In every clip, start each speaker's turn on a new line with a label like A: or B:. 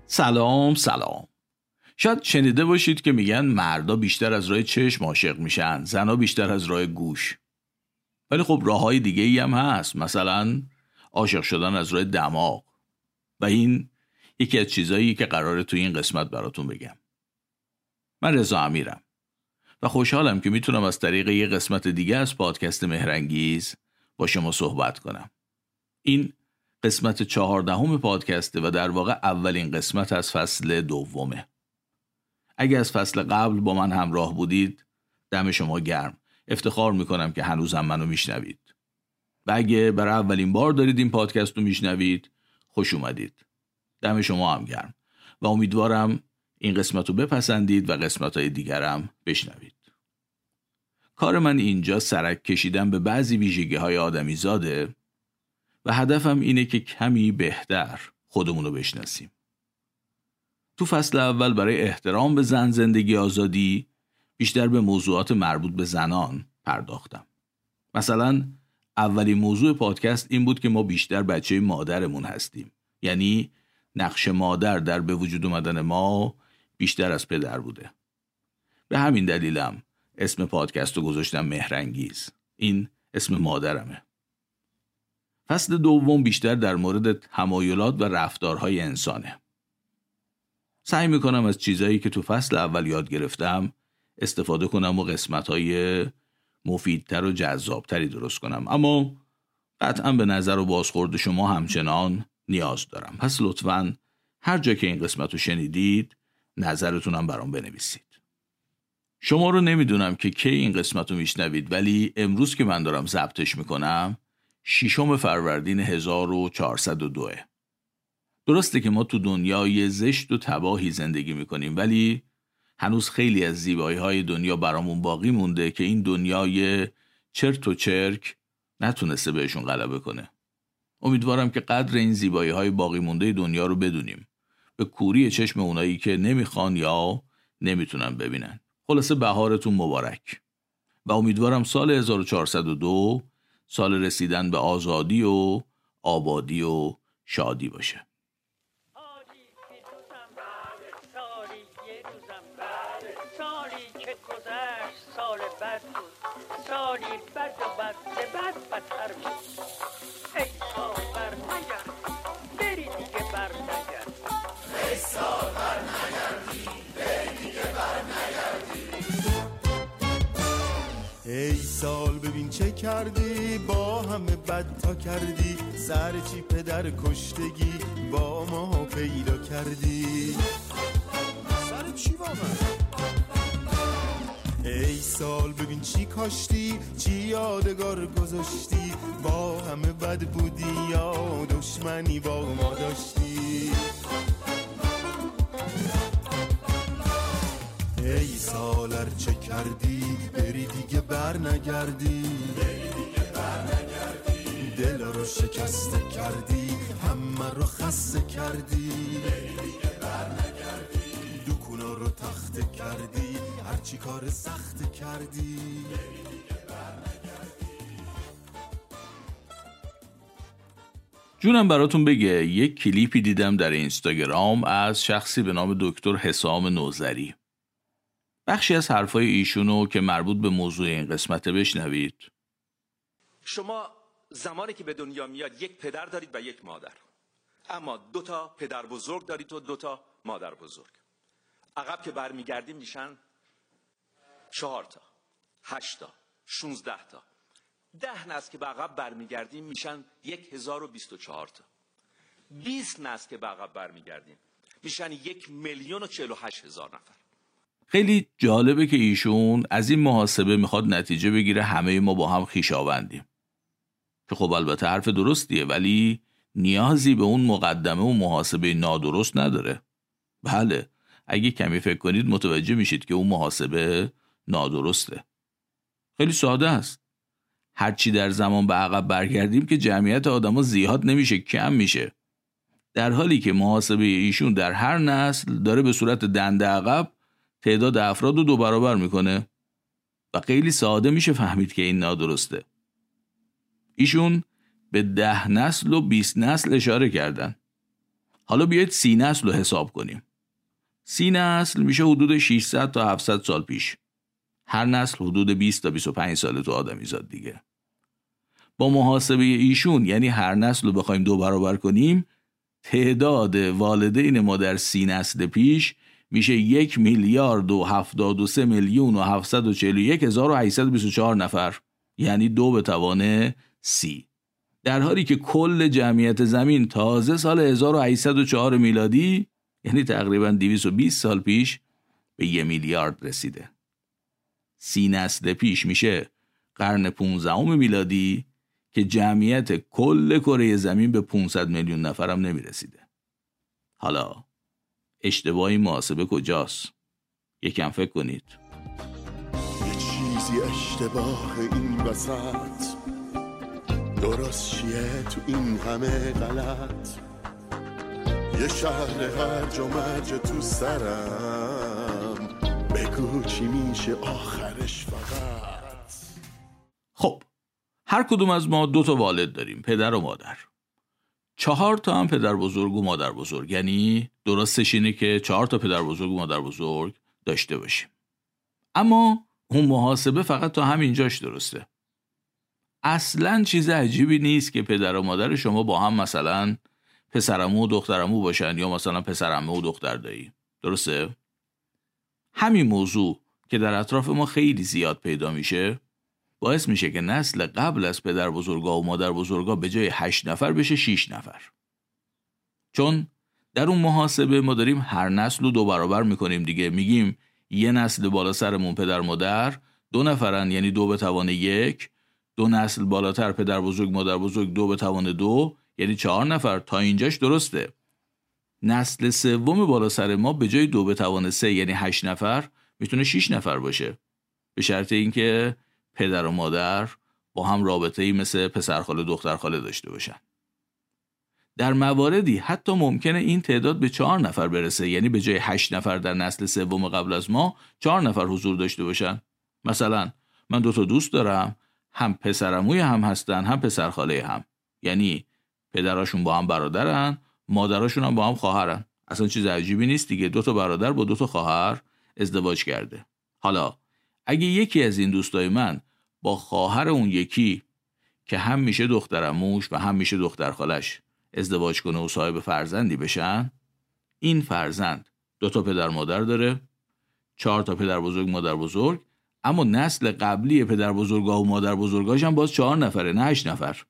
A: سلام. شاید شنیده باشید که میگن مردا بیشتر از راه چشم عاشق میشن، زنا بیشتر از راه گوش. ولی خب راههای دیگه ای هم هست، مثلا عاشق شدن از راه دماغ. و این یکی از چیزایی که قراره توی این قسمت براتون بگم. من رضا امیرم و خوشحالم که میتونم از طریق یه قسمت دیگه از پادکست مهرانگیز با شما صحبت کنم. این قسمت 14 پادکسته و در واقع اولین قسمت از فصل 2. اگه از فصل قبل با من همراه بودید دم شما گرم. افتخار میکنم که هنوزم منو میشنوید. و اگه برای اولین بار دارید این پادکست رو میشنوید خوش اومدید. دم شما هم گرم و امیدوارم این قسمت رو بپسندید و قسمت‌های دیگرم بشنوید. کار من اینجا سرک کشیدن به بعضی ویژگی‌های آدمیزاده و هدفم اینه که کمی بهتر خودمون رو بشناسیم. تو فصل اول برای احترام به زن، زندگی، آزادی بیشتر به موضوعات مربوط به زنان پرداختم. مثلا اولین موضوع پادکست این بود که ما بیشتر بچه مادرمون هستیم. یعنی نقش مادر در به وجود اومدن ما بیشتر از پدر بوده. به همین دلیلم اسم پادکست رو گذاشتم مهرانگیز. این اسم مادرمه. فصل 2 بیشتر در مورد تمایلات و رفتارهای انسانه. سعی میکنم از چیزایی که تو فصل اول یاد گرفتم استفاده کنم و قسمتهای مفیدتر و جذابتری درست کنم، اما قطعا به نظر و بازخورد شما همچنان نیاز دارم. پس لطفاً هر جا که این قسمت رو شنیدید نظرتونم برام بنویسید. شما رو نمیدونم که کی این قسمت رو میشنوید، ولی امروز که من دارم ضبطش میکنم 6 فروردین 1402. درسته که ما تو دنیای زشت و تباهی زندگی میکنیم، ولی هنوز خیلی از زیبایی‌های دنیا برامون باقی مونده که این دنیای چرت و چرک نتونسته بهشون غلبه کنه. امیدوارم که قدر این زیبایی‌های باقی مونده دنیا رو بدونیم، به کوری چشم اونایی که نمیخوان یا نمیتونن ببینن. خلاصه بهارتون مبارک و امیدوارم سال 1402 سال رسیدن به آزادی و آبادی و شادی باشه.
B: سال بد بود، سالی بد و بد بدتر بود. ای سال بر نگرد، بری دیگه بر نگرد. ای سال بر نگردی، بری دیگه بر نگردی.
C: ای سال ببین چه کردی، با همه بد تا کردی. سر چی پدر کشتگی با ما پیدا کردی. سر چی با من؟ ای سال ببین چی کاشتی، چی یادگار گذاشتی. با همه بد بودی یا دشمنی با ما داشتی. ای سال هر چه کردی بری دیگه بر نگردی. دل رو شکسته کردی، همه رو خسته کردی. دکونا رو تخته کردی، هرچی کار سخت کردی.
A: جونم براتون بگه یک کلیپی دیدم در اینستاگرام از شخصی به نام دکتر حسام نوذری. بخشی از حرفای ایشونو که مربوط به موضوع این قسمت بشنوید.
D: شما زمانی که به دنیا میاد یک پدر دارید و یک مادر، اما 2 پدر بزرگ دارید و 2 مادر بزرگ. عقب که برمیگردیم میشن 4 8 16 10 نسل که به عقب برمیگردیم میشن 1024 20 نسل که به عقب برمیگردیم میشن 1,048,000 نفر.
A: خیلی جالبه که ایشون از این محاسبه میخواد نتیجه بگیره همه ما با هم خویشاوندیم، که خب البته حرف درستیه، ولی نیازی به اون مقدمه و محاسبه نادرست نداره. بله، اگه کمی فکر کنید متوجه میشید که اون محاسبه نادرسته. خیلی ساده است. هرچی در زمان به عقب برگردیم که جمعیت آدما زیاد نمیشه، کم میشه. در حالی که محاسبه ایشون در هر نسل داره به صورت دنده عقب تعداد افراد رو 2 برابر میکنه و خیلی ساده میشه فهمید که این نادرسته. ایشون به 10 نسل و 20 نسل اشاره کردن. حالا بیایید 30 نسل رو حساب کنیم. 30 نسل میشه حدود 600 تا 700 سال پیش. هر نسل حدود 20 تا 25 سال تو آدمیزاد دیگه. با محاسبه ایشون یعنی هر نسل رو بخوایم 2 برابر کنیم، تعداد والدین ما در 30 نسل پیش میشه 1,073,741,824 نفر، یعنی 2 به توان 30. در حالی که کل جمعیت زمین تازه سال 1804 میلادی یعنی تقریباً 220 سال پیش به 1 میلیارد رسیده. 30 نسل پیش میشه قرن 15 میلادی که جمعیت کل کره زمین به 500 میلیون نفرم نمیرسیده. حالا اشتباهی محاسبه کجاست؟ یکم فکر کنید.
C: یه چیزی اشتباه این وسط، درست چیه تو این همه غلط، یه شهر هرج و مرج تو سرم، بگو چی میشه آخرش فقط.
A: خب هر کدوم از ما 2 تا والد داریم، پدر و مادر. 4 تا هم پدر بزرگ و مادر بزرگ، یعنی درستش اینه که 4 تا پدر بزرگ و مادر بزرگ داشته باشیم. اما اون محاسبه فقط تا همینجاش درسته. اصلاً چیز عجیبی نیست که پدر و مادر شما با هم مثلا پسرعمو و دخترعمو باشن یا مثلا پسرعمه و دختر دایی. درسته؟ همین موضوع که در اطراف ما خیلی زیاد پیدا میشه باعث میشه که نسل قبل از پدر بزرگا و مادر بزرگا به جای 8 نفر بشه 6 نفر. چون در اون محاسبه ما داریم هر نسل رو 2 برابر میکنیم دیگه. میگیم یه نسل بالا سرمون پدر مادر 2 نفرن، یعنی 2 به توان 1. 2 نسل بالاتر پدر بزرگ مادر بزرگ 2 به توان 2، یعنی 4 نفر. تا اینجاش درسته. نسل سوم بالا سر ما به جای 2 به توان 3 یعنی 8 نفر میتونه 6 نفر باشه، به شرط اینکه پدر و مادر با هم رابطه‌ای مثل پسرخاله دخترخاله داشته باشن. در مواردی حتی ممکنه این تعداد به 4 نفر برسه، یعنی به جای 8 نفر در نسل سوم قبل از ما 4 نفر حضور داشته باشن. مثلا من 2 تا دوست دارم، هم پسرعموی هم هستن هم پسرخاله هم، یعنی پدراشون با هم برادرن، مادراشون هم با هم خواهرن. اصلا چیز عجیبی نیست دیگه، 2 تا برادر با 2 تا خواهر ازدواج کرده. حالا اگه یکی از این دوستای من با خواهر اون یکی که هم میشه دخترعموش و هم میشه دخترخالش ازدواج کنه و صاحب فرزندی بشن، این فرزند 2 تا پدر مادر داره، 4 تا پدر بزرگ مادر بزرگ، اما نسل قبلی پدر بزرگا و مادر بزرگاش هم باز 4 نفره نه 8 نفر.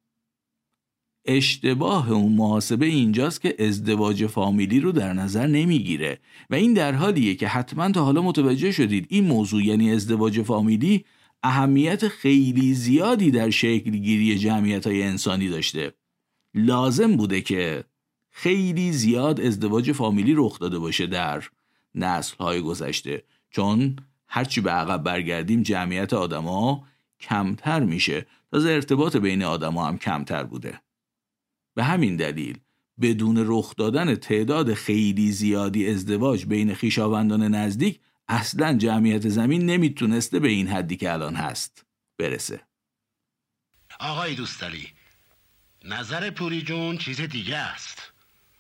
A: اشتباه اون محاسبه اینجاست که ازدواج فامیلی رو در نظر نمیگیره و این در حالیه که حتما تا حالا متوجه شدید این موضوع یعنی ازدواج فامیلی اهمیت خیلی زیادی در شکل گیری جمعیت‌های انسانی داشته. لازم بوده که خیلی زیاد ازدواج فامیلی رخ داده باشه در نسل‌های گذشته، چون هرچی به عقب برگردیم جمعیت آدم‌ها کمتر میشه، تازه ارتباط بین آدم‌ها هم کمتر بوده. به همین دلیل بدون رخ دادن تعداد خیلی زیادی ازدواج بین خویشاوندان نزدیک اصلا جمعیت زمین نمیتونسته به این حدی که الان هست برسه.
E: آقای دوستالی، نظر پوری جون چیز دیگه است.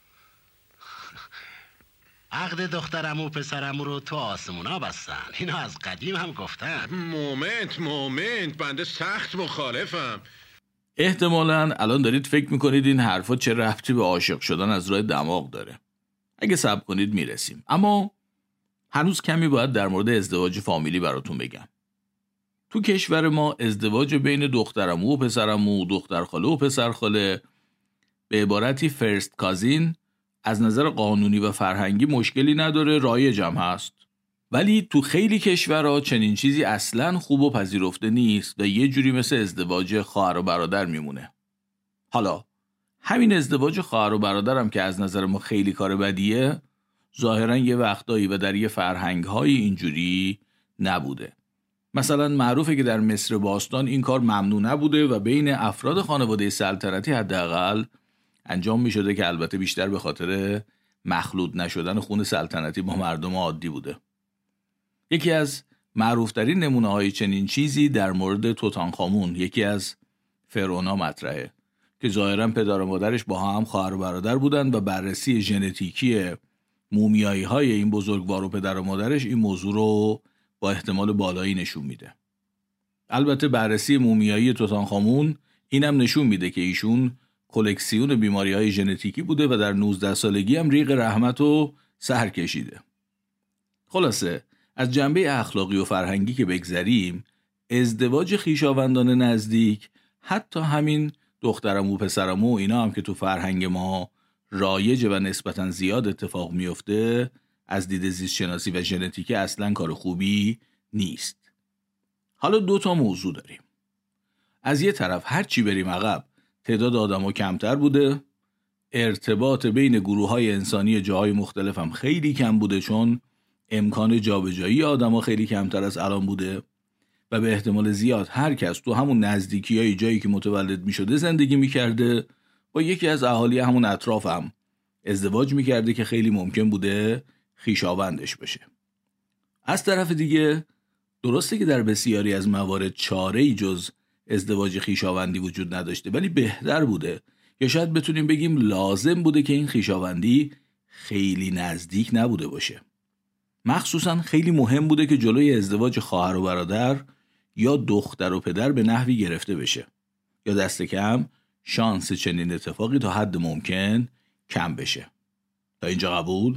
E: عقد دخترمو پسرمو رو تو آسمونا بستن، اینو از قدیم هم گفتن.
F: مومنت بنده سخت مخالفم.
A: احتمالاً الان دارید فکر میکنید این حرفا چه ربطی به عاشق شدن از راه دماغ داره. اگه صبر کنید میرسیم، اما هنوز کمی باید در مورد ازدواج فامیلی براتون بگم. تو کشور ما ازدواج بین دخترعمو و پسرعمو، دخترخاله و پسرخاله، به عبارتی فرست کازین، از نظر قانونی و فرهنگی مشکلی نداره، رایج هم هست. ولی تو خیلی کشورها چنین چیزی اصلاً خوب و پذیرفته نیست و یه جوری مثل ازدواج خواهر و برادر میمونه. حالا همین ازدواج خواهر و برادر هم که از نظر ما خیلی کار بدیه، ظاهراً یه وقتایی و در یه فرهنگ‌های اینجوری نبوده. مثلا معروفه که در مصر باستان این کار ممنوع نبوده و بین افراد خانواده سلطنتی حداقل انجام می‌شده که البته بیشتر به خاطر مخلوط نشدن خون سلطنتی با مردم عادی بوده. یکی از معروفترین نمونه‌های چنین چیزی در مورد توتانخامون، یکی از فرعونا مطرحه که ظاهراً پدر و مادرش با هم خواهر و برادر بودن و بررسی ژنتیکی مومیایی های این بزرگوار و پدر و مادرش این موضوع رو با احتمال بالایی نشون میده. البته بررسی مومیایی توتنخامون اینم نشون میده که ایشون کلکسیون بیماری‌های ژنتیکی بوده و در 19 سالگی هم ریق رحمت رو سر کشیده. خلاصه از جنبه اخلاقی و فرهنگی که بگذریم، ازدواج خویشاوندان نزدیک، حتی همین دخترمو پسرمو اینا هم که تو فرهنگ ما رایجه و نسبتاً زیاد اتفاق میفته، از دید زیست شناسی و ژنتیکی اصلاً کار خوبی نیست. حالا 2 موضوع داریم. از یه طرف هر چی بریم عقب تعداد آدم‌ها کمتر بوده، ارتباط بین گروه‌های انسانی جاهای مختلف هم خیلی کم بوده چون امکان جابجایی آدم‌ها خیلی کمتر از الان بوده و به احتمال زیاد هر کس تو همون نزدیکی‌های جایی که متولد می‌شده زندگی می‌کرده، با یکی از اهالی همون اطراف هم ازدواج می‌کرده که خیلی ممکن بوده خویشاوندش بشه. از طرف دیگه درسته که در بسیاری از موارد چاره‌ای جز ازدواج خویشاوندی وجود نداشته، ولی بهتر بوده یا شاید بتونیم بگیم لازم بوده که این خویشاوندی خیلی نزدیک نبوده باشه. مخصوصا خیلی مهم بوده که جلوی ازدواج خواهر و برادر یا دختر و پدر به نحوی گرفته بشه یا دست کم شانس چنین اتفاقی تا حد ممکن کم بشه. تا اینجا قبول؟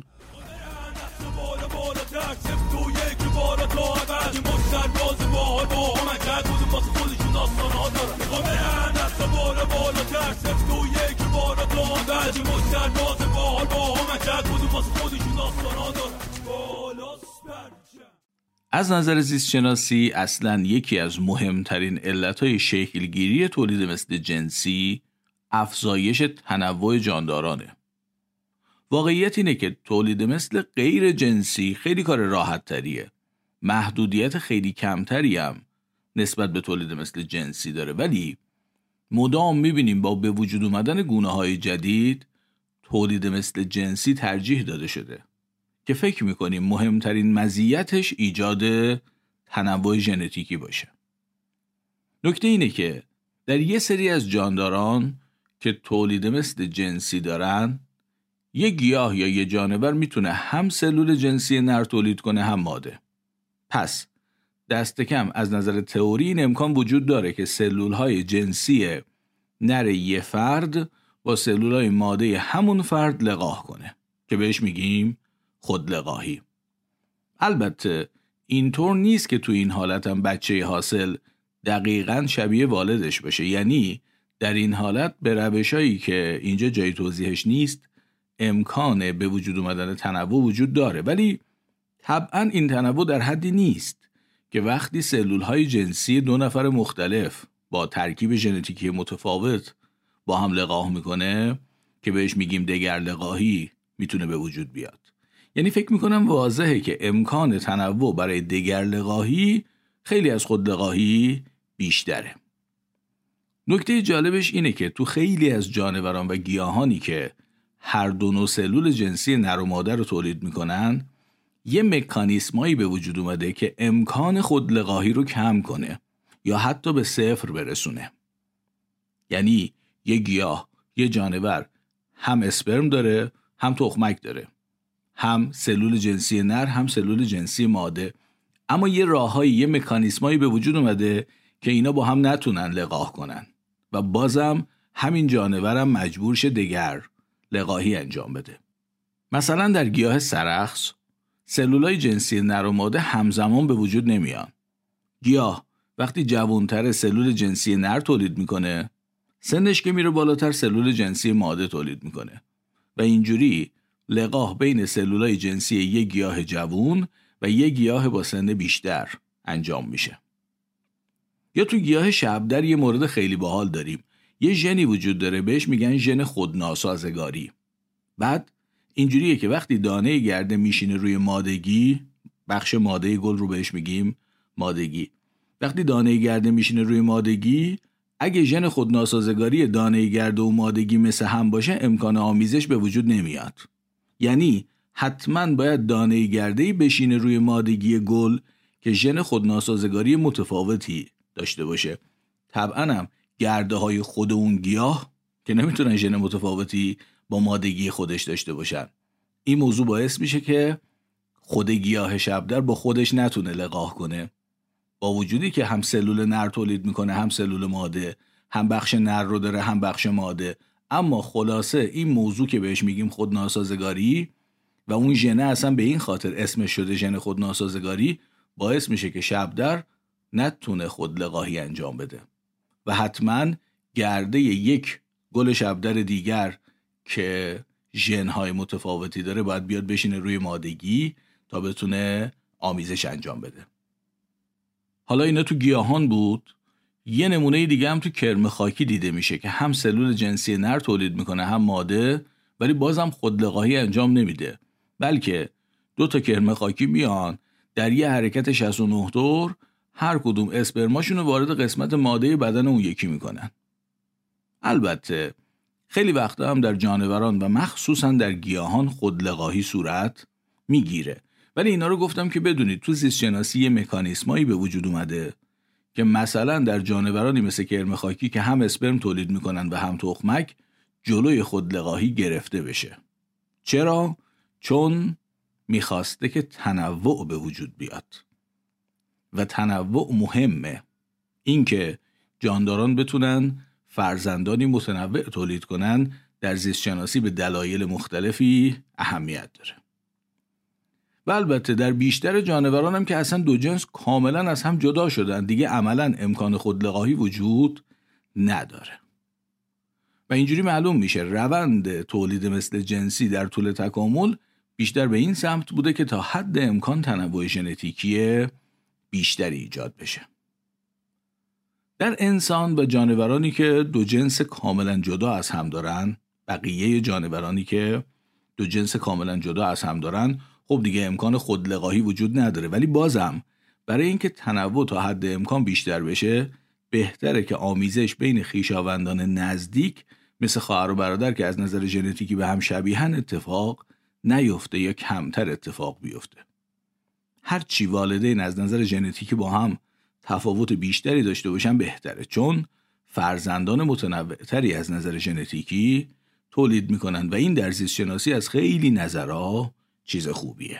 A: از نظر زیست شناسی اصلاً یکی از مهمترین علتهای شکلگیری تولید مثل جنسی افزایش تنوع جاندارانه. واقعیت اینه که تولید مثل غیر جنسی خیلی کار راحت تریه. محدودیت خیلی کمتری هم نسبت به تولید مثل جنسی داره، ولی مدام میبینیم با به وجود اومدن گونه‌های جدید تولید مثل جنسی ترجیح داده شده که فکر میکنیم مهمترین مزیتش ایجاد تنوع ژنتیکی باشه. نکته اینه که در یه سری از جانداران که تولید مثل جنسی دارن، یه گیاه یا یه جانور میتونه هم سلول جنسی نر تولید کنه هم ماده. پس دست کم از نظر تئوری این امکان وجود داره که سلول‌های جنسی نر یه فرد با سلول‌های ماده همون فرد لقاح کنه که بهش میگیم خودلقاحی. البته اینطور نیست که تو این حالت هم بچه حاصل دقیقاً شبیه والدش بشه، یعنی در این حالت به روشایی که اینجا جای توضیحش نیست امکان به وجود اومدن تنوع وجود داره، ولی طبعاً این تنوع در حدی نیست که وقتی سلول‌های جنسی 2 نفر مختلف با ترکیب ژنتیکی متفاوت با هم لقاح میکنه که بهش میگیم دگرلقاحی میتونه به وجود بیاد. یعنی فکر میکنم واضحه که امکان تنوع برای دگرلقاحی خیلی از خودلقاحی بیشتره. نکته جالبش اینه که تو خیلی از جانوران و گیاهانی که هر 2 نوع سلول جنسی نر و ماده رو تولید میکنن، یه مکانیسمایی به وجود اومده که امکان خودلقاحی رو کم کنه یا حتی به 0 برسونه. یعنی یه گیاه، یه جانور هم اسپرم داره، هم تخمک داره، هم سلول جنسی نر، هم سلول جنسی ماده، اما یه راههایی، یه مکانیسمایی به وجود اومده که اینا با هم نتونن لقاح کنن و بازم همین جانورم مجبور شه دگر لقاحی انجام بده. مثلا در گیاه سرخس سلولای جنسی نر و ماده همزمان به وجود نمیان. گیاه وقتی جوانتر سلول جنسی نر تولید میکنه، سنش که میره بالاتر سلول جنسی ماده تولید میکنه و اینجوری لقاح بین سلولای جنسی یک گیاه جوان و یک گیاه با سن بیشتر انجام میشه. یا تو گیاه شبدر یه مورد خیلی باحال داریم. یه ژنی وجود داره بهش میگن ژن خودناسازگاری. بعد اینجوریه که وقتی دانه گرده میشینه روی مادگی، بخش ماده گل رو بهش میگیم مادگی. وقتی دانه گرده میشینه روی مادگی، اگه ژن خودناسازگاری دانه گرده و مادگی مثل هم باشه امکان آمیزش به وجود نمیاد. یعنی حتما باید دانه گرده‌ای بشینه روی مادگی گل که ژن خودناسازگاری متفاوتی داشته باشه. طبعا هم گرده های خود اون گیاه که نمیتونن ژن متفاوتی با مادگی خودش داشته باشن. این موضوع باعث میشه که خود گیاه شبدر با خودش نتونه لقاح کنه، با وجودی که هم سلول نر تولید میکنه هم سلول ماده، هم بخش نر رو داره هم بخش ماده. اما خلاصه این موضوع که بهش میگیم خودناسازگاری و اون ژن اصلا به این خاطر اسمش شده ژن خودناسازگاری، باعث میشه که شبدر نتونه خود لقاحی انجام بده و حتما گرده یک گل شبدر دیگر که ژن‌های متفاوتی داره باید بیاد بشینه روی مادگی تا بتونه آمیزش انجام بده. حالا اینا تو گیاهان بود. یه نمونه دیگه هم تو کرم خاکی دیده میشه که هم سلول جنسی نر تولید میکنه هم ماده، ولی بازم خودلقاحی انجام نمیده، بلکه 2 تا کرم خاکی میان در یه حرکت 69 دور هر کدوم اسپرماشون رو وارد قسمت ماده بدن اون یکی میکنن. البته خیلی وقتا هم در جانوران و مخصوصا در گیاهان خودلقاحی صورت میگیره، ولی اینا رو گفتم که بدونید تو زیست شناسی یه مکانیسمایی به وجود اومده که مثلا در جانورانی مثل کرم خاکی که هم اسپرم تولید میکنن و هم تخمک جلوی خودلقاحی گرفته بشه. چرا؟ چون میخواسته که تنوع به وجود بیاد و تنوع مهمه. این که جانداران بتونن فرزندانی متنوع تولید کنن در زیست شناسی به دلایل مختلفی اهمیت داره. و البته در بیشتر جانوران هم که اصلا 2 جنس کاملا از هم جدا شدن، دیگه عملا امکان خودلقاحی وجود نداره و اینجوری معلوم میشه روند تولید مثل جنسی در طول تکامل بیشتر به این سمت بوده که تا حد امکان تنوع ژنتیکی بیشتری ایجاد بشه. در انسان و جانورانی که 2 جنس کاملا جدا از هم دارن، بقیه جانورانی که 2 جنس کاملا جدا از هم دارن، خب دیگه امکان خودلقاحی وجود نداره، ولی بازم برای اینکه تنوع تا حد امکان بیشتر بشه بهتره که آمیزش بین خویشاوندان نزدیک مثل خواهر و برادر که از نظر ژنتیکی به هم شبیهن اتفاق نیفته یا کمتر اتفاق بیفته. هرچی والدین از نظر ژنتیکی با هم تفاوت بیشتری داشته باشن بهتره، چون فرزندان متنوع‌تری از نظر ژنتیکی تولید میکنن و این در زیست شناسی از خیلی نظرها چیز خوبیه.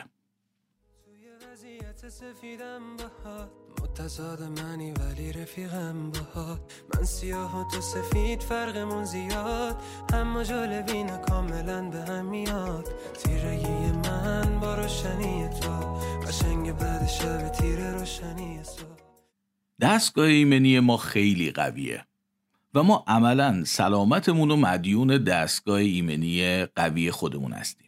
G: توی وضعیت سفیدم باهات متضاد منی ولی رفیقم باهات، من سیاه و تو سفید فرقمون زیاد، اما جالبی نه کاملا به هم میاد. تیرگی من با روشنی تو قشنگ بعد شب تیر روشنی تو.
A: دستگاه ایمنی ما خیلی قویه و ما عملاً سلامتمون رو مدیون دستگاه ایمنی قوی خودمون هستیم.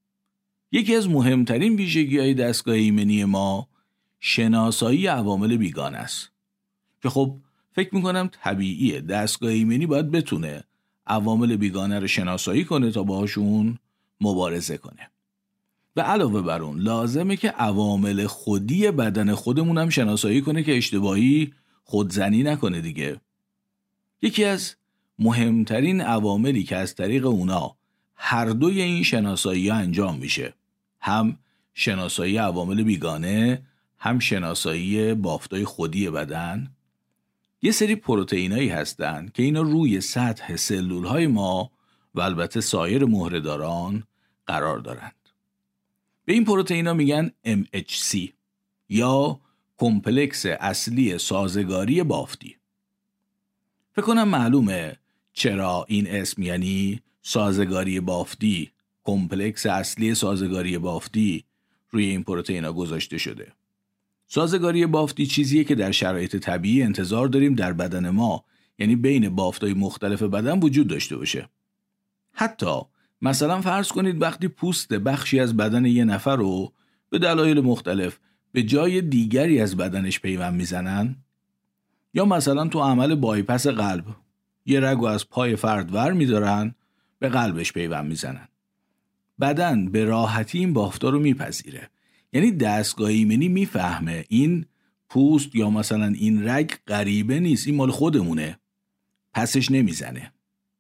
A: یکی از مهمترین ویژگی‌های دستگاه ایمنی ما شناسایی عوامل بیگانه است که خب فکر میکنم طبیعیه دستگاه ایمنی باید بتونه عوامل بیگانه رو شناسایی کنه تا باهاشون مبارزه کنه و علاوه بر اون لازمه که عوامل خودی بدن خودمون هم شناسایی کنه که اشتباهی خودزنی نکنه دیگه. یکی از مهمترین عواملی که از طریق اونا هر دوی این شناسایی ها انجام میشه، هم شناسایی عوامل بیگانه هم شناسایی بافتای خودی بدن، یه سری پروتئینایی هستن که اینا روی سطح سلولهای ما و البته سایر مهره‌داران قرار دارند. به این پروتئینا میگن MHC یا کمپلکس اصلی سازگاری بافتی. فکر کنم معلومه چرا این اسم یعنی سازگاری بافتی، کمپلکس اصلی سازگاری بافتی روی این پروتئینا گذاشته شده. سازگاری بافتی چیزیه که در شرایط طبیعی انتظار داریم در بدن ما، یعنی بین بافتای مختلف بدن وجود داشته باشه. حتی مثلا فرض کنید وقتی پوست بخشی از بدن یه نفر رو به دلایل مختلف به جای دیگری از بدنش پیوند میزنن، یا مثلا تو عمل بایپس قلب یه رگو از پای فرد ور میدارن به قلبش پیوند میزنن، بدن به راحتی این بافتا رو میپذیره. یعنی دستگاه ایمنی میفهمه این پوست یا مثلا این رگ غریبه نیست، این مال خودمونه، پسش نمیزنه.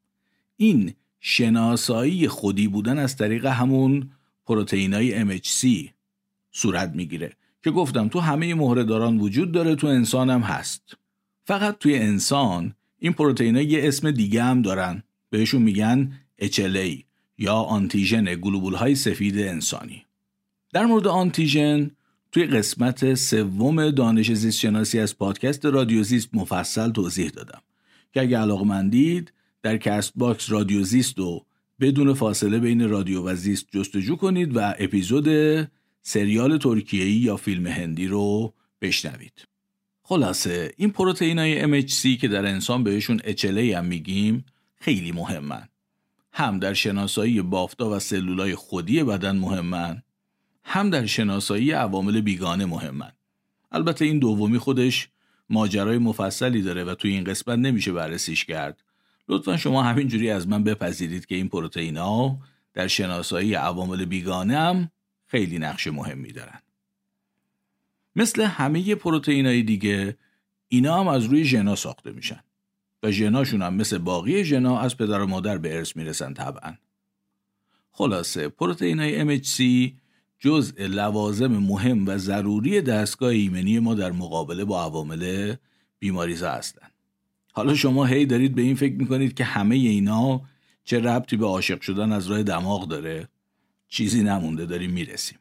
A: این شناسایی خودی بودن از طریق همون پروتئینای MHC صورت میگیره که گفتم تو همه مهره‌داران وجود داره، تو انسان هم هست. فقط توی انسان این پروتئینا یه اسم دیگه هم دارن بهشون میگن HLA یا آنتیژن گلوبول‌های سفید انسانی. در مورد آنتیژن توی قسمت 3 دانش زیست شناسی از پادکست رادیو زیست مفصل توضیح دادم که اگه علاقه‌مندید در کست باکس رادیو زیست و بدون فاصله بین رادیو و زیست جستجو کنید و اپیزود سریال ترکیه‌ای یا فیلم هندی رو بشنوید. خلاصه این پروتئینای MHC که در انسان بهشون HLA هم میگیم خیلی مهمن. هم در شناسایی بافت‌ها و سلولای خودی بدن مهمن، هم در شناسایی عوامل بیگانه مهمن. البته این دومی خودش ماجرای مفصلی داره و توی این قسمت نمیشه بررسیش کرد. لطفاً شما همینجوری از من بپذیرید که این پروتئین‌ها در شناسایی عوامل بیگانه هم خیلی نقش مهمی دارن. مثل همه پروتئین‌های دیگه اینا هم از روی ژنا ساخته میشن و ژناشون هم مثل باقی ژنا از پدر و مادر به ارث میرسن طبعاً. خلاصه پروتئین‌های MHC جزء لوازم مهم و ضروری دستگاه ایمنی ما در مقابله با عوامل بیماریزا هستن. حالا شما هی دارید به این فکر میکنید که همه اینا چه ربطی به عاشق شدن از راه دماغ داره؟ چیزی نمونده، داریم میرسیم.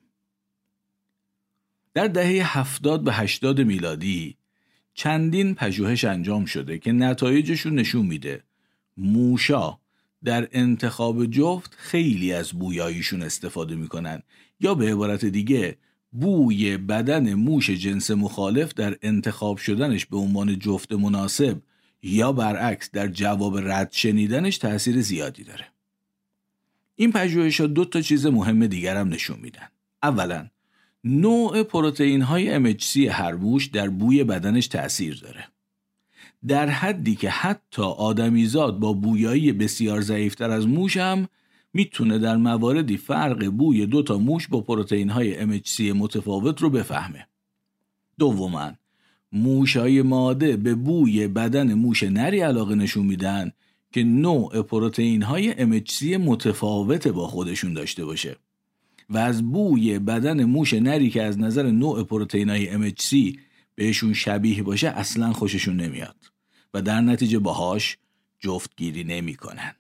A: در دهه 70 به 80 میلادی چندین پژوهش انجام شده که نتایجشون نشون میده موشا در انتخاب جفت خیلی از بویاییشون استفاده میکنن، یا به عبارت دیگه بوی بدن موش جنس مخالف در انتخاب شدنش به عنوان جفت مناسب یا برعکس در جواب رد شنیدنش تأثیر زیادی داره. این پژوهش‌ها 2 چیز مهم دیگر هم نشون میدن. اولا نوع پروتئین‌های MHC هر موش در بوی بدنش تأثیر داره، در حدی که حتی آدمیزاد با بویایی بسیار ضعیفتر از موش هم میتونه در مواردی فرق بوی 2 موش با پروتئین‌های MHC متفاوت رو بفهمه. دوما موش‌های ماده به بوی بدن موش نری علاقه نشون میدن که نوع پروتئین‌های MHC متفاوت با خودشون داشته باشه و از بوی بدن موش نری که از نظر نوع پروتئین‌های MHC بهشون شبیه باشه اصلاً خوششون نمیاد و در نتیجه باهاش جفتگیری نمی‌کنن.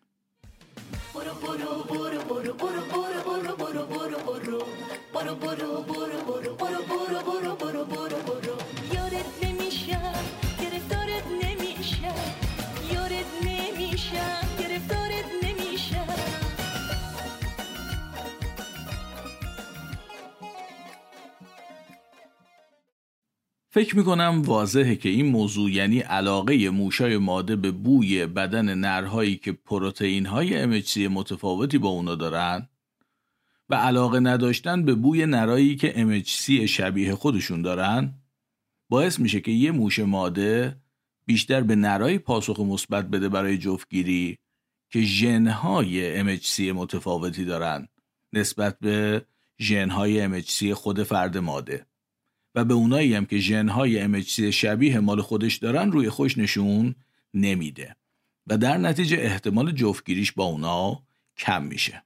A: فکر میکنم واضحه که این موضوع، یعنی علاقه موشای ماده به بوی بدن نرهایی که پروتئین‌های MHC متفاوتی با اونا دارن و علاقه نداشتن به بوی نرایی که MHC شبیه خودشون دارن باعث میشه که یه موش ماده بیشتر به نرایی پاسخ مثبت بده برای جفتگیری که ژن‌های MHC متفاوتی دارن نسبت به ژن‌های MHC خود فرد ماده، و به اونایی هم که ژن‌های MHC شبیه مال خودش دارن روی خوش نشون نمیده و در نتیجه احتمال جفتگیریش با اونا کم میشه.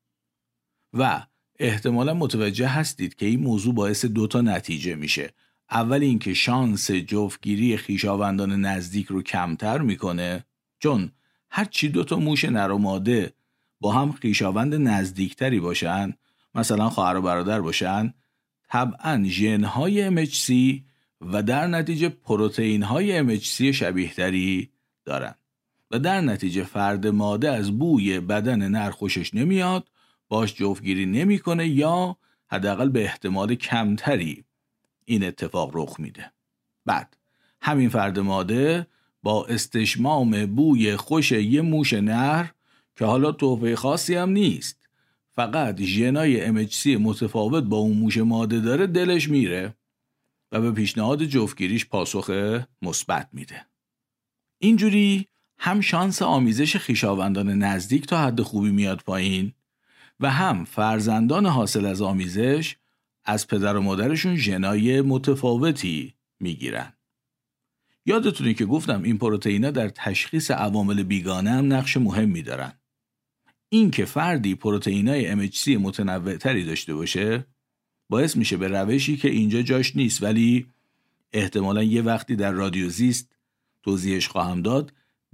A: و احتمالا متوجه هستید که این موضوع باعث 2 نتیجه میشه. اول اینکه شانس جفتگیری خویشاوندان نزدیک رو کمتر میکنه، چون هرچی 2 موش نر و ماده با هم خویشاوند نزدیکتری باشن، مثلا خواهر و برادر باشن، طبعاً ژن‌های MHC و در نتیجه پروتئین‌های MHC شبیه‌تری دارن و در نتیجه فرد ماده از بوی بدن نر خوشش نمیاد، باش جفتگیری نمی‌کنه یا حداقل به احتمال کمتری این اتفاق رخ میده. بعد همین فرد ماده با استشمام بوی خوش یه موش نر که حالا تحفه خاصی هم نیست، فقط ژنای MHC متفاوت با اون موش ماده داره، دلش میره و به پیشنهاد جفتگیریش پاسخ مثبت میده. اینجوری هم شانس آمیزش خویشاوندان نزدیک تا حد خوبی میاد پایین و هم فرزندان حاصل از آمیزش از پدر و مادرشون ژنای متفاوتی میگیرن. یادتونه که گفتم این پروتئینا در تشخیص عوامل بیگانه هم نقش مهمی دارن. این که فردی پروتئینای MHC متنوع‌تری داشته باشه باعث میشه به روشی که اینجا جاش نیست ولی احتمالاً یه وقتی در رادیو زیست توضیحش خواهم داد،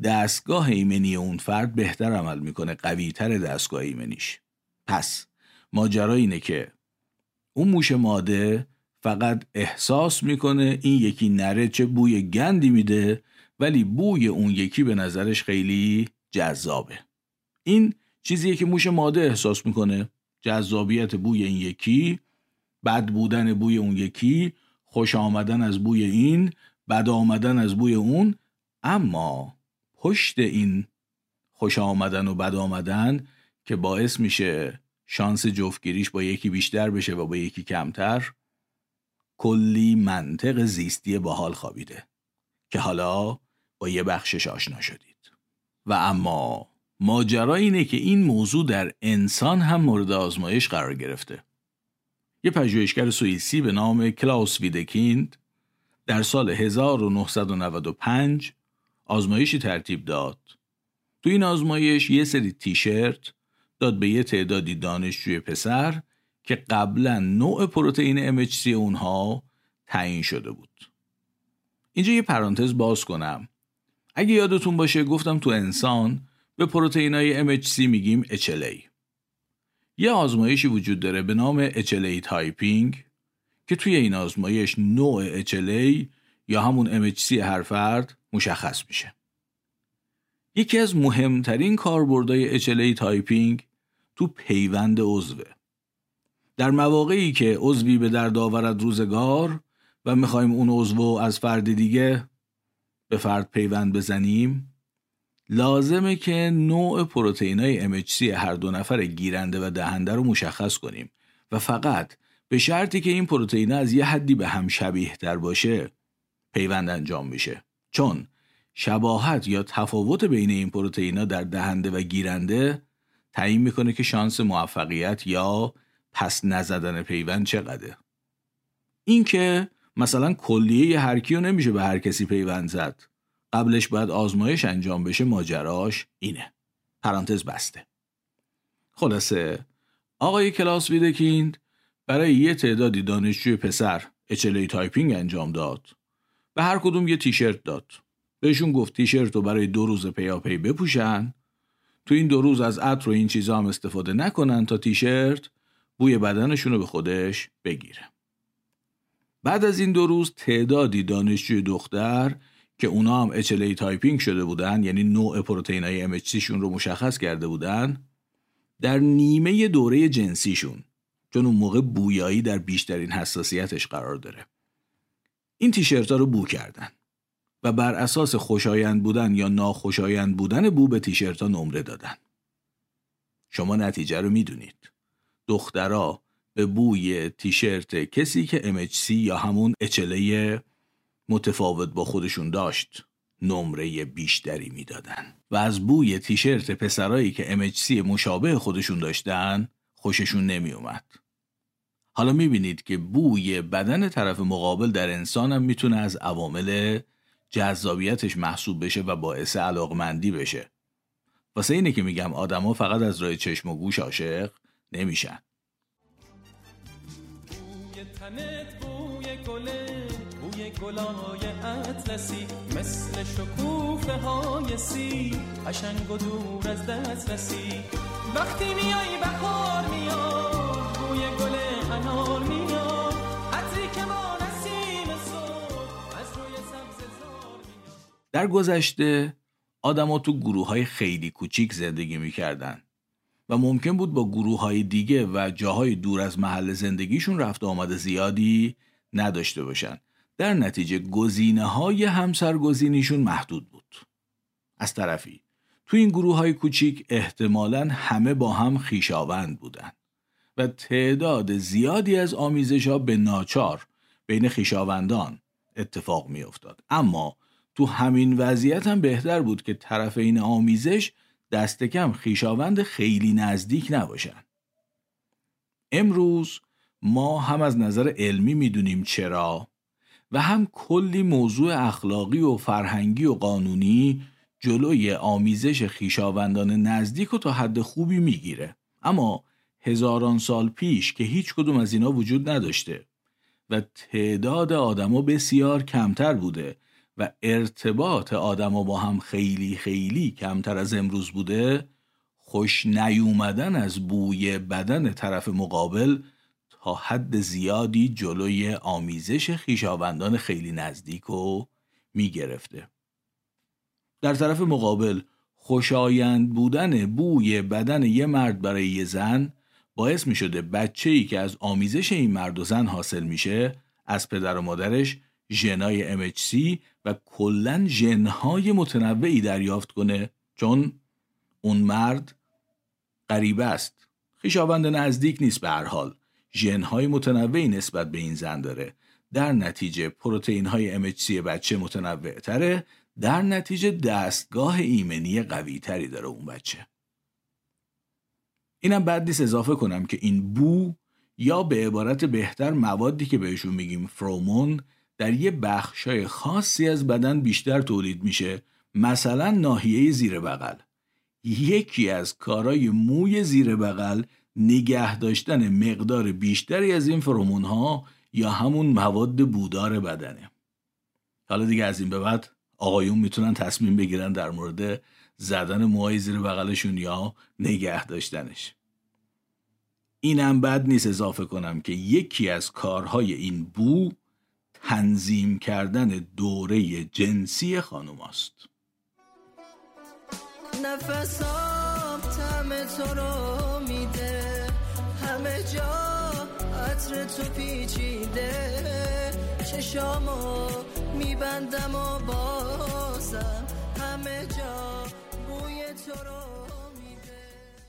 A: دستگاه ایمنی اون فرد بهتر عمل میکنه، قوی‌تر دستگاه ایمنیش. پس ماجرا اینه که اون موش ماده فقط احساس میکنه این یکی نره چه بوی گندی میده، ولی بوی اون یکی به نظرش خیلی جذابه. این چیزیه که موش ماده احساس میکنه، جذابیت بوی این یکی، بد بودن بوی اون یکی، خوش آمدن از بوی این، بد آمدن از بوی اون. اما پشت این خوش آمدن و بد آمدن که باعث میشه شانس جفتگیریش با یکی بیشتر بشه و با یکی کمتر، کلی منطق زیستی باحال خوابیده که حالا با یه بخشش آشنا شدید. و اما ماجرا اینه که این موضوع در انسان هم مورد آزمایش قرار گرفته. یه پژوهشگر سوئیسی به نام کلاوس ویدکیند در سال 1995 آزمایشی ترتیب داد. تو این آزمایش یه سری تیشرت داد به یه تعدادی دانشجوی پسر که قبلا نوع پروتئین MHC اونها تعیین شده بود. اینجا یه پرانتز باز کنم. اگه یادتون باشه گفتم تو انسان به پروتئینای MHC میگیم HLA. یه آزمایشی وجود داره به نام HLA تایپینگ که توی این آزمایش نوع HLA یا همون MHC هر فرد مشخص میشه. یکی از مهمترین کاربردهای HLA تایپینگ تو پیوند عضوه. در مواقعی که عضوی به درد آورد روزگار و میخوایم اون عضو از فرد دیگه به فرد پیوند بزنیم، لازمه که نوع پروتئینای MHC هر دو نفر گیرنده و دهنده رو مشخص کنیم و فقط به شرطی که این پروتئین از یه حدی به هم شبیه تر باشه پیوند انجام میشه. چون شباهت یا تفاوت بین این پروتئینا در دهنده و گیرنده تعیین میکنه که شانس موفقیت یا پس نزدن پیوند چقدره. این که مثلا کلیه هر کیو نمیشه به هر کسی پیوند زد، قبلش باید آزمایش انجام بشه. ماجراش اینه. پرانتز بسته. خلاصه آقای کلاوس ویدکیند برای یه تعدادی دانشجوی پسر HLA تایپینگ انجام داد. به هر کدوم یه تیشرت داد. بهشون گفت تیشرت رو برای 2 روز پیاپی بپوشن. تو این 2 روز از عطر و این چیزا هم استفاده نکنن تا تیشرت بوی بدنشون رو به خودش بگیره. بعد از این 2 روز تعدادی دانشجوی دختر که اونا هم HLA تایپینگ شده بودن، یعنی نوع پروتئینای MHC شون رو مشخص کرده بودن، در نیمه دوره جنسیشون، چون اون موقع بویایی در بیشترین حساسیتش قرار داره، این تیشرت‌ها رو بو کردن و بر اساس خوشایند بودن یا ناخوشایند بودن بو به تیشرت‌ها نمره دادن. شما نتیجه رو میدونید. دخترها به بوی تیشرت کسی که MHC یا همون HLA متفاوت با خودشون داشت نمره بیشتری میدادن و از بوی تیشرت پسرایی که MHC مشابه خودشون داشتن خوششون نمی اومد. حالا میبینید که بوی بدن طرف مقابل در انسان هم میتونه از عوامل جذابیتش محسوب بشه و باعث علاقمندی بشه. واسه اینه که میگم آدما فقط از راه چشم و گوش عاشق نمیشن.
G: بوی تنت بوی گله، بوی گلای اطلسی، مثل شکوفه های سی، قشنگ و دور از دسترسی. وقتی میای بهار میاد، بوی گل انار میاد، عطری که با نسیم صبح از روی سبززار میاد.
A: در گذشته آدما تو گروه‌های خیلی کوچیک زندگی میکردن و ممکن بود با گروه‌های دیگه و جاهای دور از محل زندگیشون رفت و آمد زیادی نداشته باشن. در نتیجه گزینه‌های همسرگزینیشون محدود بود. از طرفی تو این گروه‌های کوچیک احتمالاً همه با هم خویشاوند بودن و تعداد زیادی از آمیزش‌ها به ناچار بین خویشاوندان اتفاق می‌افتاد. اما تو همین وضعیت هم بهتر بود که طرفین آمیزش دست کم خویشاوند خیلی نزدیک نباشن. امروز ما هم از نظر علمی میدونیم چرا و هم کلی موضوع اخلاقی و فرهنگی و قانونی جلوی آمیزش خویشاوندان نزدیک رو تا حد خوبی میگیره. اما هزاران سال پیش که هیچ کدوم از اینا وجود نداشته و تعداد آدما بسیار کمتر بوده و ارتباط آدم‌ها با هم خیلی خیلی کمتر از امروز بوده، خوش نیومدن از بوی بدن طرف مقابل تا حد زیادی جلوی آمیزش خویشاوندان خیلی نزدیک رو میگرفته. در طرف مقابل خوشایند بودن بوی بدن یه مرد برای یه زن باعث می شده بچه‌ای که از آمیزش این مرد و زن حاصل میشه از پدر و مادرش ژنای MHC و کلاً ژن‌های متنوعی دریافت کنه، چون اون مرد غریبه است، خویشاوند نزدیک نیست، به هر حال ژن‌های متنوعی نسبت به این زن داره. در نتیجه پروتئین‌های MHC بچه متنوع‌تره، در نتیجه دستگاه ایمنی قوی‌تری داره اون بچه. اینم بد نیست اضافه کنم که این بو یا به عبارت بهتر موادی که بهشون میگیم فرومون در یه بخشای خاصی از بدن بیشتر تولید میشه، مثلا ناحیه زیر بغل. یکی از کارهای موی زیر بغل نگه داشتن مقدار بیشتری از این فرومون ها یا همون مواد بودار بدنه. حالا دیگه از این به بعد آقایون میتونن تصمیم بگیرن در مورد زدن موهای زیر بغلشون یا نگه داشتنش. اینم بد نیست اضافه کنم که یکی از کارهای این بو تنظیم کردن دوره جنسی خانوم است.
H: نفسام طعم تو رو میده، همه جا عطر تو پیچیده، چشامو میبندم و بازم همه جا بوی تو رو میده.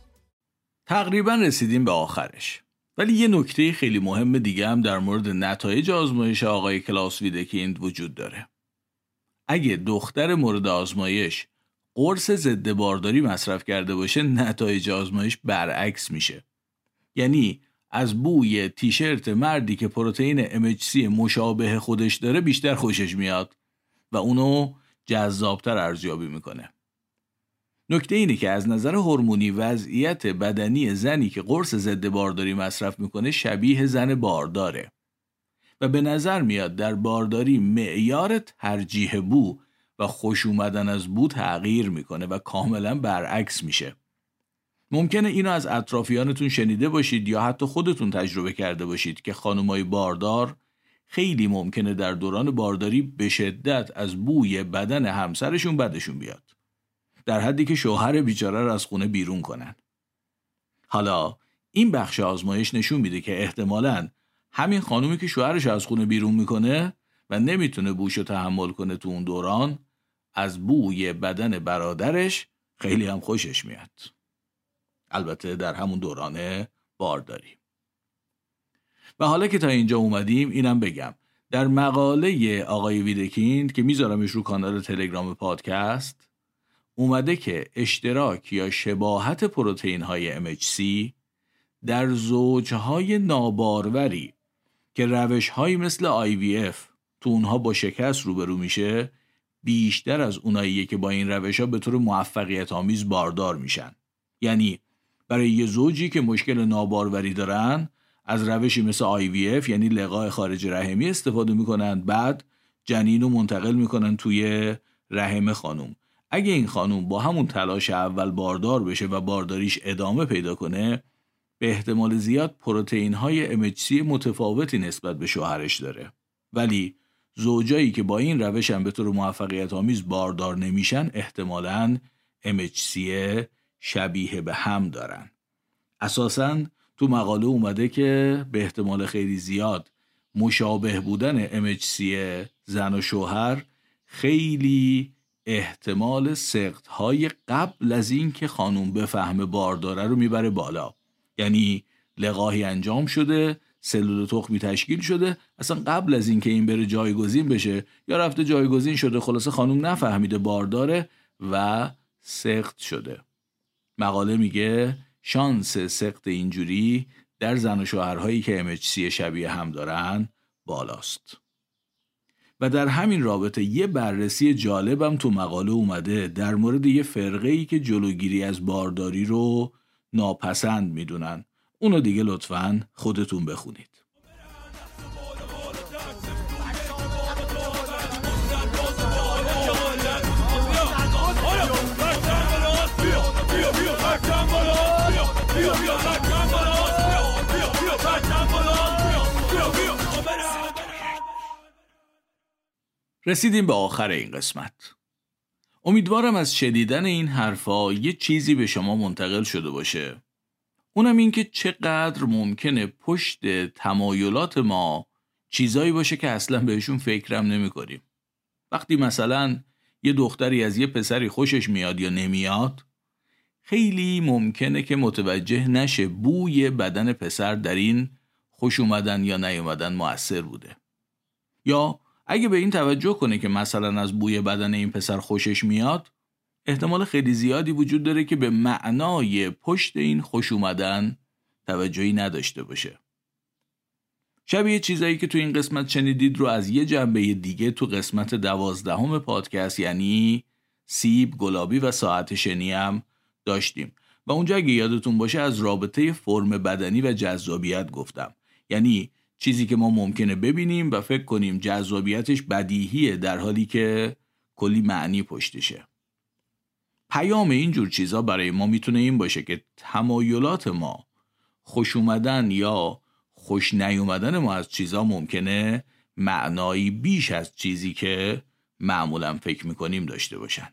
A: تقریبا رسیدیم به آخرش، ولی یه نکته خیلی مهم دیگه هم در مورد نتایج آزمایش آقای کلاوس ویدکیند وجود داره. اگه دختر مورد آزمایش قرص ضد بارداری مصرف کرده باشه، نتایج آزمایش برعکس میشه. یعنی از بوی تیشرت مردی که پروتئین MHC مشابه خودش داره بیشتر خوشش میاد و اونو جذابتر ارزیابی میکنه. نکته اینه که از نظر هورمونی وضعیت بدنی زنی که قرص ضد بارداری مصرف میکنه شبیه زن بارداره و به نظر میاد در بارداری معیار ترجیح بو و خوش اومدن از بو تغییر میکنه و کاملا برعکس میشه. ممکنه اینو از اطرافیانتون شنیده باشید یا حتی خودتون تجربه کرده باشید که خانمای باردار خیلی ممکنه در دوران بارداری به شدت از بوی بدن همسرشون بدشون بیاد، در حدی که شوهر بیچاره رو از خونه بیرون کنن. حالا این بخش آزمایش نشون میده که احتمالاً همین خانومی که شوهرش از خونه بیرون میکنه و نمیتونه بوشو تحمل کنه تو اون دوران، از بوی بدن برادرش خیلی هم خوشش میاد. البته در همون دوران بارداری. و حالا که تا اینجا اومدیم اینم بگم، در مقاله آقای ویدکیند که میذارمش رو کانال تلگرام پادکست اومده که اشتراک یا شباهت پروتئین های MHC در زوجهای ناباروری که روش های مثل IVF تو اونها با شکست روبرو میشه بیشتر از اوناییه که با این روش ها به طور موفقیت آمیز باردار میشن. یعنی برای یه زوجی که مشکل ناباروری دارن از روشی مثل IVF یعنی لقاح خارج رحمی استفاده میکنن، بعد جنین رو منتقل میکنن توی رحم خانوم. اگه این خانوم با همون تلاش اول باردار بشه و بارداریش ادامه پیدا کنه، به احتمال زیاد پروتئین های MHC متفاوتی نسبت به شوهرش داره. ولی زوجایی که با این روش هم به طور موفقیت آمیز باردار نمیشن احتمالاً MHC شبیه به هم دارن. اساساً تو مقاله اومده که به احتمال خیلی زیاد مشابه بودن MHC زن و شوهر خیلی احتمال سقط‌های قبل از این که خانوم بفهمه بارداره رو میبره بالا. یعنی لقاحی انجام شده، سلول تخمی تشکیل شده، اصلا قبل از این که این بره جایگزین بشه یا رفته جایگزین شده، خلاصه خانوم نفهمیده بارداره و سقط شده. مقاله میگه شانس سقط اینجوری در زن و شوهرهایی که MHC شبیه هم دارن بالاست. و در همین رابطه یه بررسی جالبم تو مقاله اومده در مورد یه فرقه‌ای که جلوگیری از بارداری رو ناپسند میدونن. اونو دیگه لطفاً خودتون بخونید. رسیدیم به آخر این قسمت. امیدوارم از شنیدن این حرفا یه چیزی به شما منتقل شده باشه. اونم این که چقدر ممکنه پشت تمایلات ما چیزایی باشه که اصلا بهشون فکرم نمی کنیم. وقتی مثلا یه دختری از یه پسری خوشش میاد یا نمیاد، خیلی ممکنه که متوجه نشه بوی بدن پسر در این خوش اومدن یا نیومدن مؤثر بوده. یا اگه به این توجه کنه که مثلا از بوی بدن این پسر خوشش میاد، احتمال خیلی زیادی وجود داره که به معنای پشت این خوش اومدن توجهی نداشته باشه. شبیه چیزایی که تو این قسمت شنیدید رو از یه جنبه دیگه تو قسمت 12 پادکست یعنی سیب، گلابی و ساعت شنی هم داشتیم و اونجا اگه یادتون باشه از رابطه فرم بدنی و جذابیت گفتم. یعنی چیزی که ما ممکنه ببینیم و فکر کنیم جذابیتش بدیهیه در حالی که کلی معنی پشتشه. پیام اینجور چیزا برای ما میتونه این باشه که تمایلات ما، خوش اومدن یا خوش نیومدن ما از چیزا ممکنه معنایی بیش از چیزی که معمولا فکر میکنیم داشته باشن.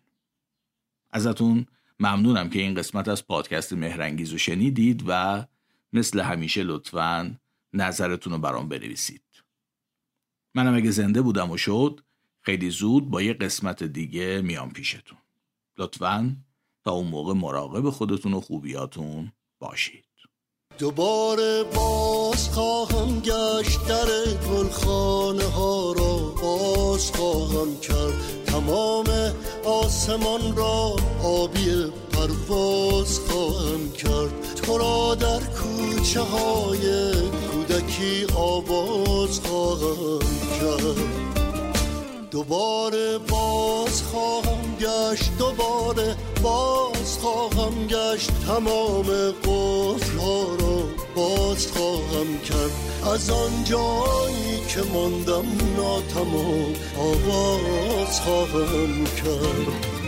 A: ازتون ممنونم که این قسمت از پادکست مهرانگیز رو شنیدید و مثل همیشه لطفاً نظرتون رو برام بنویسید. منم اگه زنده بودم و شد خیلی زود با یه قسمت دیگه میام پیشتون. لطفاً تا اون موقع مراقب خودتون و خوبیاتون باشید.
C: دوباره باز خواهم گشت، در گلخانه ها را باز خواهم کرد، تمام آسمان را آبی پرواز خواهم کرد، تو را در کوچه های کودکی آواز خواهم کرد. دوباره باز خواهم گشت، دوباره باز خواهم گشت، تمام قفل‌ها را باز خواهم کرد، از آن جایی که ماندم ناتمام آواز خواهم کرد.